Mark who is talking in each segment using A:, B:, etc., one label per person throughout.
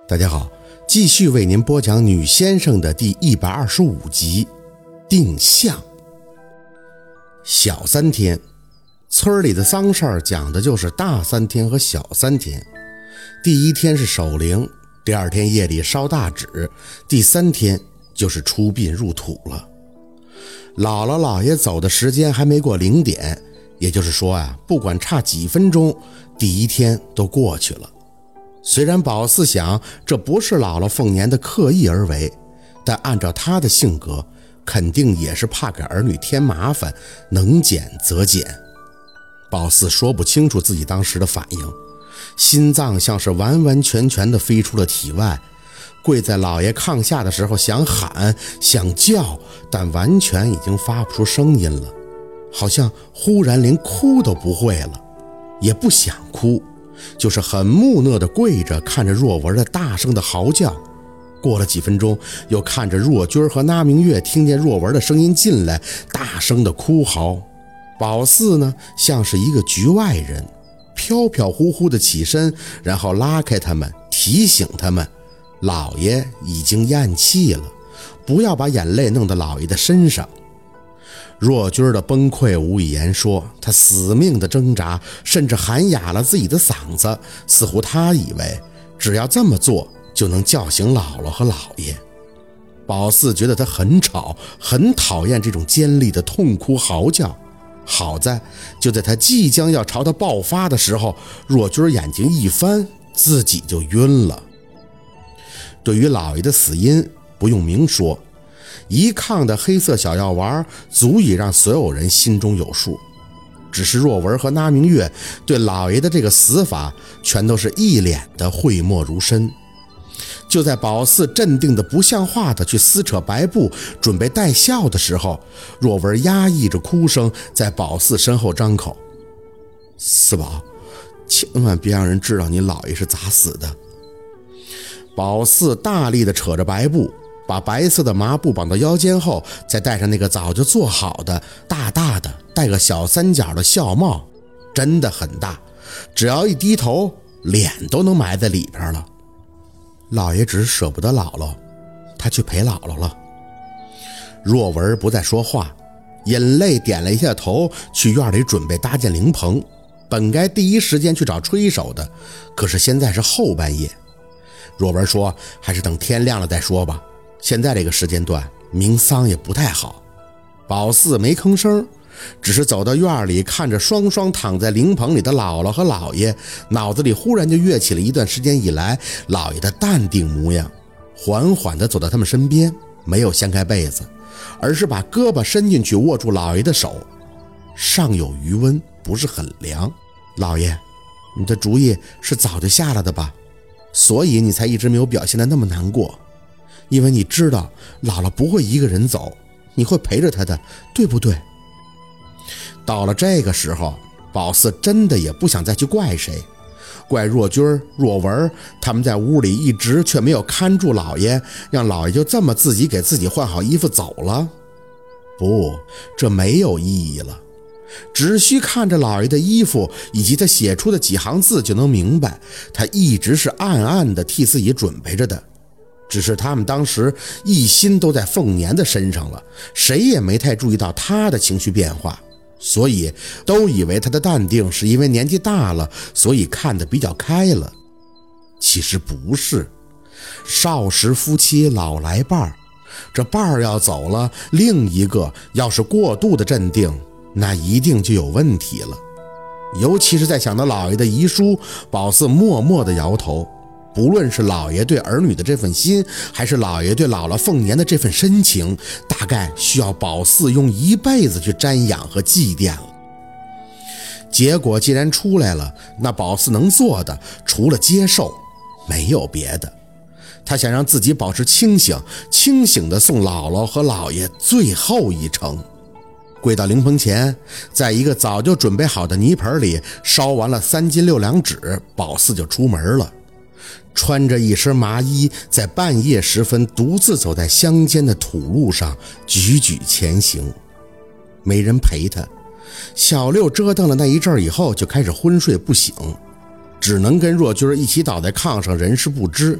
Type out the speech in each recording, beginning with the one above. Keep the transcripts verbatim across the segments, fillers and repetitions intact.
A: 大家好，继续为您播讲女先生的第一百二十五集定向。小三天，村里的丧事儿讲的就是大三天和小三天。第一天是守灵，第二天夜里烧大纸，第三天就是出殡入土了。姥姥姥爷走的时间还没过零点，也就是说啊，不管差几分钟，第一天都过去了。虽然宝四想这不是姥姥凤年的刻意而为，但按照他的性格，肯定也是怕给儿女添麻烦，能减则减。宝四说不清楚自己当时的反应，心脏像是完完全全的飞出了体外，跪在老爷炕下的时候想喊想叫，但完全已经发不出声音了，好像忽然连哭都不会了，也不想哭，就是很木讷地跪着看着若文的大声的嚎叫。过了几分钟，又看着若君和那明月听见若文的声音进来，大声的哭嚎。宝四呢，像是一个局外人，飘飘忽忽的起身，然后拉开他们，提醒他们，老爷已经咽气了，不要把眼泪弄到老爷的身上。若君的崩溃无以言说，他死命的挣扎，甚至喊哑了自己的嗓子，似乎他以为只要这么做就能叫醒姥姥和姥爷。宝四觉得他很吵，很讨厌这种尖利的痛哭嚎叫。好在就在他即将要朝他爆发的时候，若君眼睛一翻，自己就晕了。对于姥爷的死因不用明说，一炕的黑色小药丸足以让所有人心中有数，只是若文和那明月对老爷的这个死法全都是一脸的讳莫如深。就在宝四镇定的不像话的去撕扯白布准备带孝的时候，若文压抑着哭声在宝四身后张口：四宝，千万别让人知道你老爷是咋死的。宝四大力的扯着白布，把白色的麻布绑到腰间后，再戴上那个早就做好的大大的带个小三角的孝帽，真的很大，只要一低头，脸都能埋在里边了。老爷只是舍不得姥姥，他去陪姥姥了。若文不再说话，眼泪点了一下头，去院里准备搭建灵棚，本该第一时间去找吹手的，可是现在是后半夜。若文说还是等天亮了再说吧，现在这个时间段冥丧也不太好。宝四没吭声，只是走到院里，看着双双躺在灵棚里的姥姥和姥爷，脑子里忽然就跃起了一段时间以来姥爷的淡定模样，缓缓地走到他们身边，没有掀开被子，而是把胳膊伸进去握住姥爷的手，尚有余温，不是很凉。姥爷，你的主意是早就下了的吧？所以你才一直没有表现得那么难过，因为你知道姥姥不会一个人走，你会陪着她的，对不对？到了这个时候，宝四真的也不想再去怪谁，怪若君、若文他们在屋里一直却没有看住老爷，让老爷就这么自己给自己换好衣服走了。不，这没有意义了。只需看着老爷的衣服以及他写出的几行字就能明白，他一直是暗暗的替自己准备着的，只是他们当时一心都在凤年的身上了，谁也没太注意到他的情绪变化，所以都以为他的淡定是因为年纪大了，所以看得比较开了。其实不是，少时夫妻老来伴儿，这伴儿要走了，另一个要是过度的镇定，那一定就有问题了。尤其是在想到老爷的遗书，宝四默默地摇头。不论是老爷对儿女的这份心，还是老爷对姥姥凤年的这份深情，大概需要宝四用一辈子去瞻仰和祭奠了。结果既然出来了，那宝四能做的除了接受没有别的。他想让自己保持清醒，清醒地送姥姥和姥爷最后一程。跪到灵棚前，在一个早就准备好的泥盆里烧完了三斤六两纸，宝四就出门了。穿着一身麻衣，在半夜时分独自走在乡间的土路上，踽踽前行。没人陪他，小六折腾了那一阵以后就开始昏睡不醒，只能跟若君一起倒在炕上，人事不知。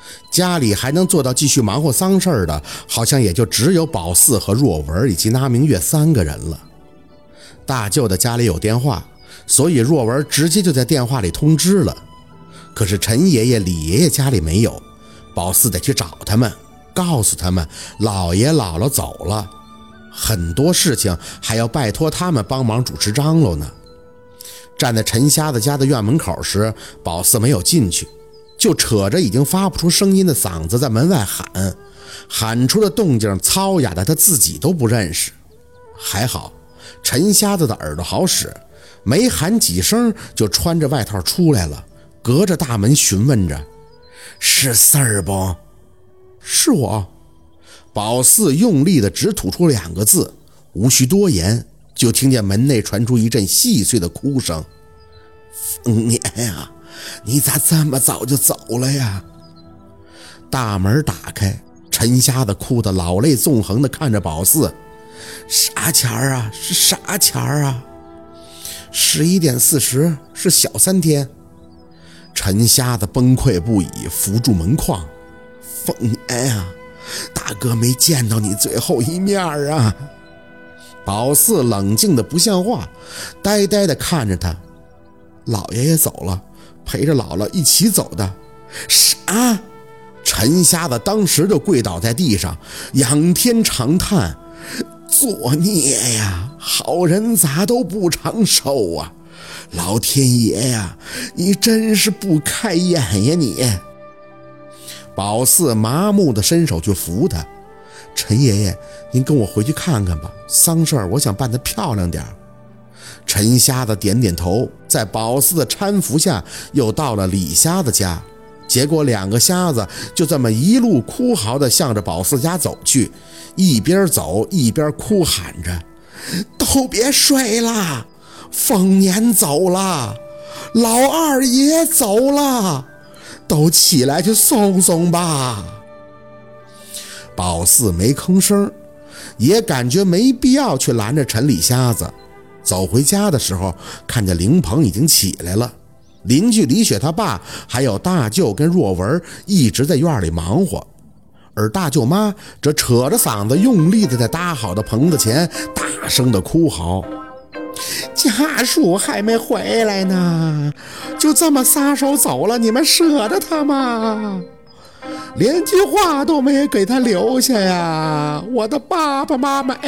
A: 家里还能做到继续忙活丧事的，好像也就只有宝四和若文以及那明月三个人了。大舅的家里有电话，所以若文直接就在电话里通知了。可是陈爷爷、李爷爷家里没有，宝四得去找他们，告诉他们姥爷姥姥走了，很多事情还要拜托他们帮忙主持张罗呢。站在陈瞎子家的院门口时，宝四没有进去，就扯着已经发不出声音的嗓子在门外喊，喊出的动静嘈哑的他自己都不认识。还好陈瞎子的耳朵好使，没喊几声就穿着外套出来了，隔着大门询问着：“是四儿不？”“是我。”宝四用力的只吐出两个字，无需多言，就听见门内传出一阵细碎的哭声：“凤年呀，你咋这么早就走了呀？”大门打开，陈瞎子哭得老泪纵横地看着宝四：“啥钱儿啊？是啥钱儿啊？”“十一点四十，是小三天。”陈瞎子崩溃不已，扶住门框：“凤年呀，大哥没见到你最后一面啊！”宝四冷静的不像话，呆呆的看着他：“老爷爷走了，陪着姥姥一起走的。”“啥？”陈瞎子当时就跪倒在地上，仰天长叹：“作孽呀，好人咋都不长寿啊！老天爷呀，你真是不开眼呀你！”宝四麻木地伸手去扶他：“陈爷爷，您跟我回去看看吧，丧事儿我想办得漂亮点。”陈瞎子点点头，在宝四的搀扶下又到了李瞎子家。结果两个瞎子就这么一路哭嚎地向着宝四家走去，一边走一边哭喊着：“都别睡了，凤年走了，老二也走了，都起来去送送吧。”宝四没吭声，也感觉没必要去拦着陈李瞎子。走回家的时候，看见灵鹏已经起来了，邻居李雪他爸还有大舅跟若文一直在院里忙活，而大舅妈则扯着嗓子用力的在搭好的棚子前大声的哭嚎：“家属还没回来呢，就这么撒手走了，你们舍得他吗？连句话都没给他留下呀，我的爸爸妈妈！”哎，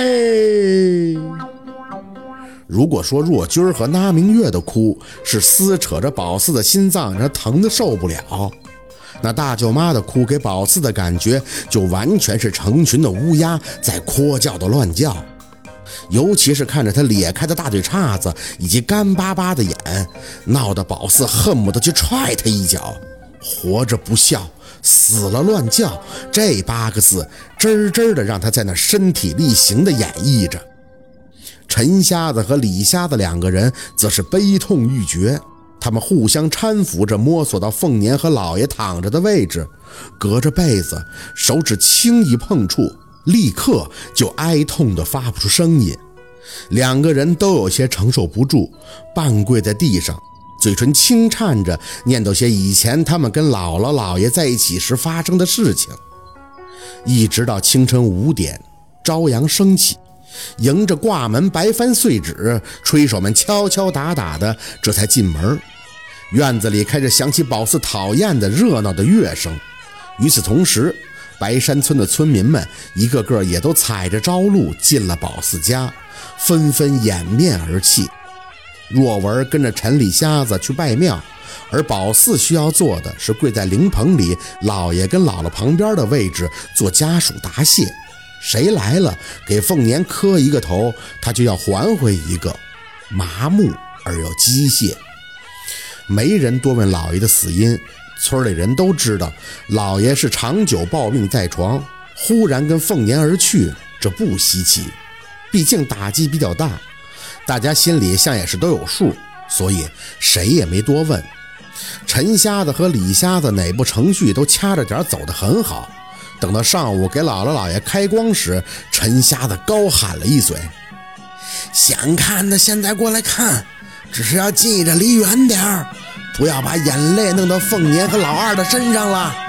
A: 如果说若君和那明月的哭是撕扯着宝四的心脏，让他疼得受不了，那大舅妈的哭给宝四的感觉就完全是成群的乌鸦在聒叫的乱叫。尤其是看着他咧开的大嘴叉子以及干巴巴的眼，闹得宝四恨不得去踹他一脚。活着不孝，死了乱叫，这八个字真真的让他在那身体力行的演绎着。陈瞎子和李瞎子两个人则是悲痛欲绝，他们互相搀扶着摸索到凤年和老爷躺着的位置，隔着被子，手指轻一碰触，立刻就哀痛的发不出声音。两个人都有些承受不住，半跪在地上，嘴唇轻颤着念叨些以前他们跟姥姥姥爷在一起时发生的事情。一直到清晨五点，朝阳升起，迎着挂门白帆碎纸，吹手们敲敲打打的，这才进门。院子里开始响起宝四讨厌的热闹的乐声。与此同时，白山村的村民们一个个也都踩着朝露进了宝四家，纷纷掩面而泣。若文跟着陈李瞎子去拜庙，而宝四需要做的是跪在灵棚里姥爷跟姥姥旁边的位置做家属答谢。谁来了给凤年磕一个头，他就要还回一个，麻木而又机械。没人多问老爷的死因，村里人都知道老爷是长久抱病在床，忽然跟凤年而去，这不稀奇，毕竟打击比较大，大家心里像也是都有数，所以谁也没多问。陈瞎子和李瞎子哪部程序都掐着点走得很好，等到上午给姥姥姥爷开光时，陈瞎子高喊了一嘴：“想看的现在过来看，只是要记着离远点儿，不要把眼泪弄到凤年和老二的身上了。”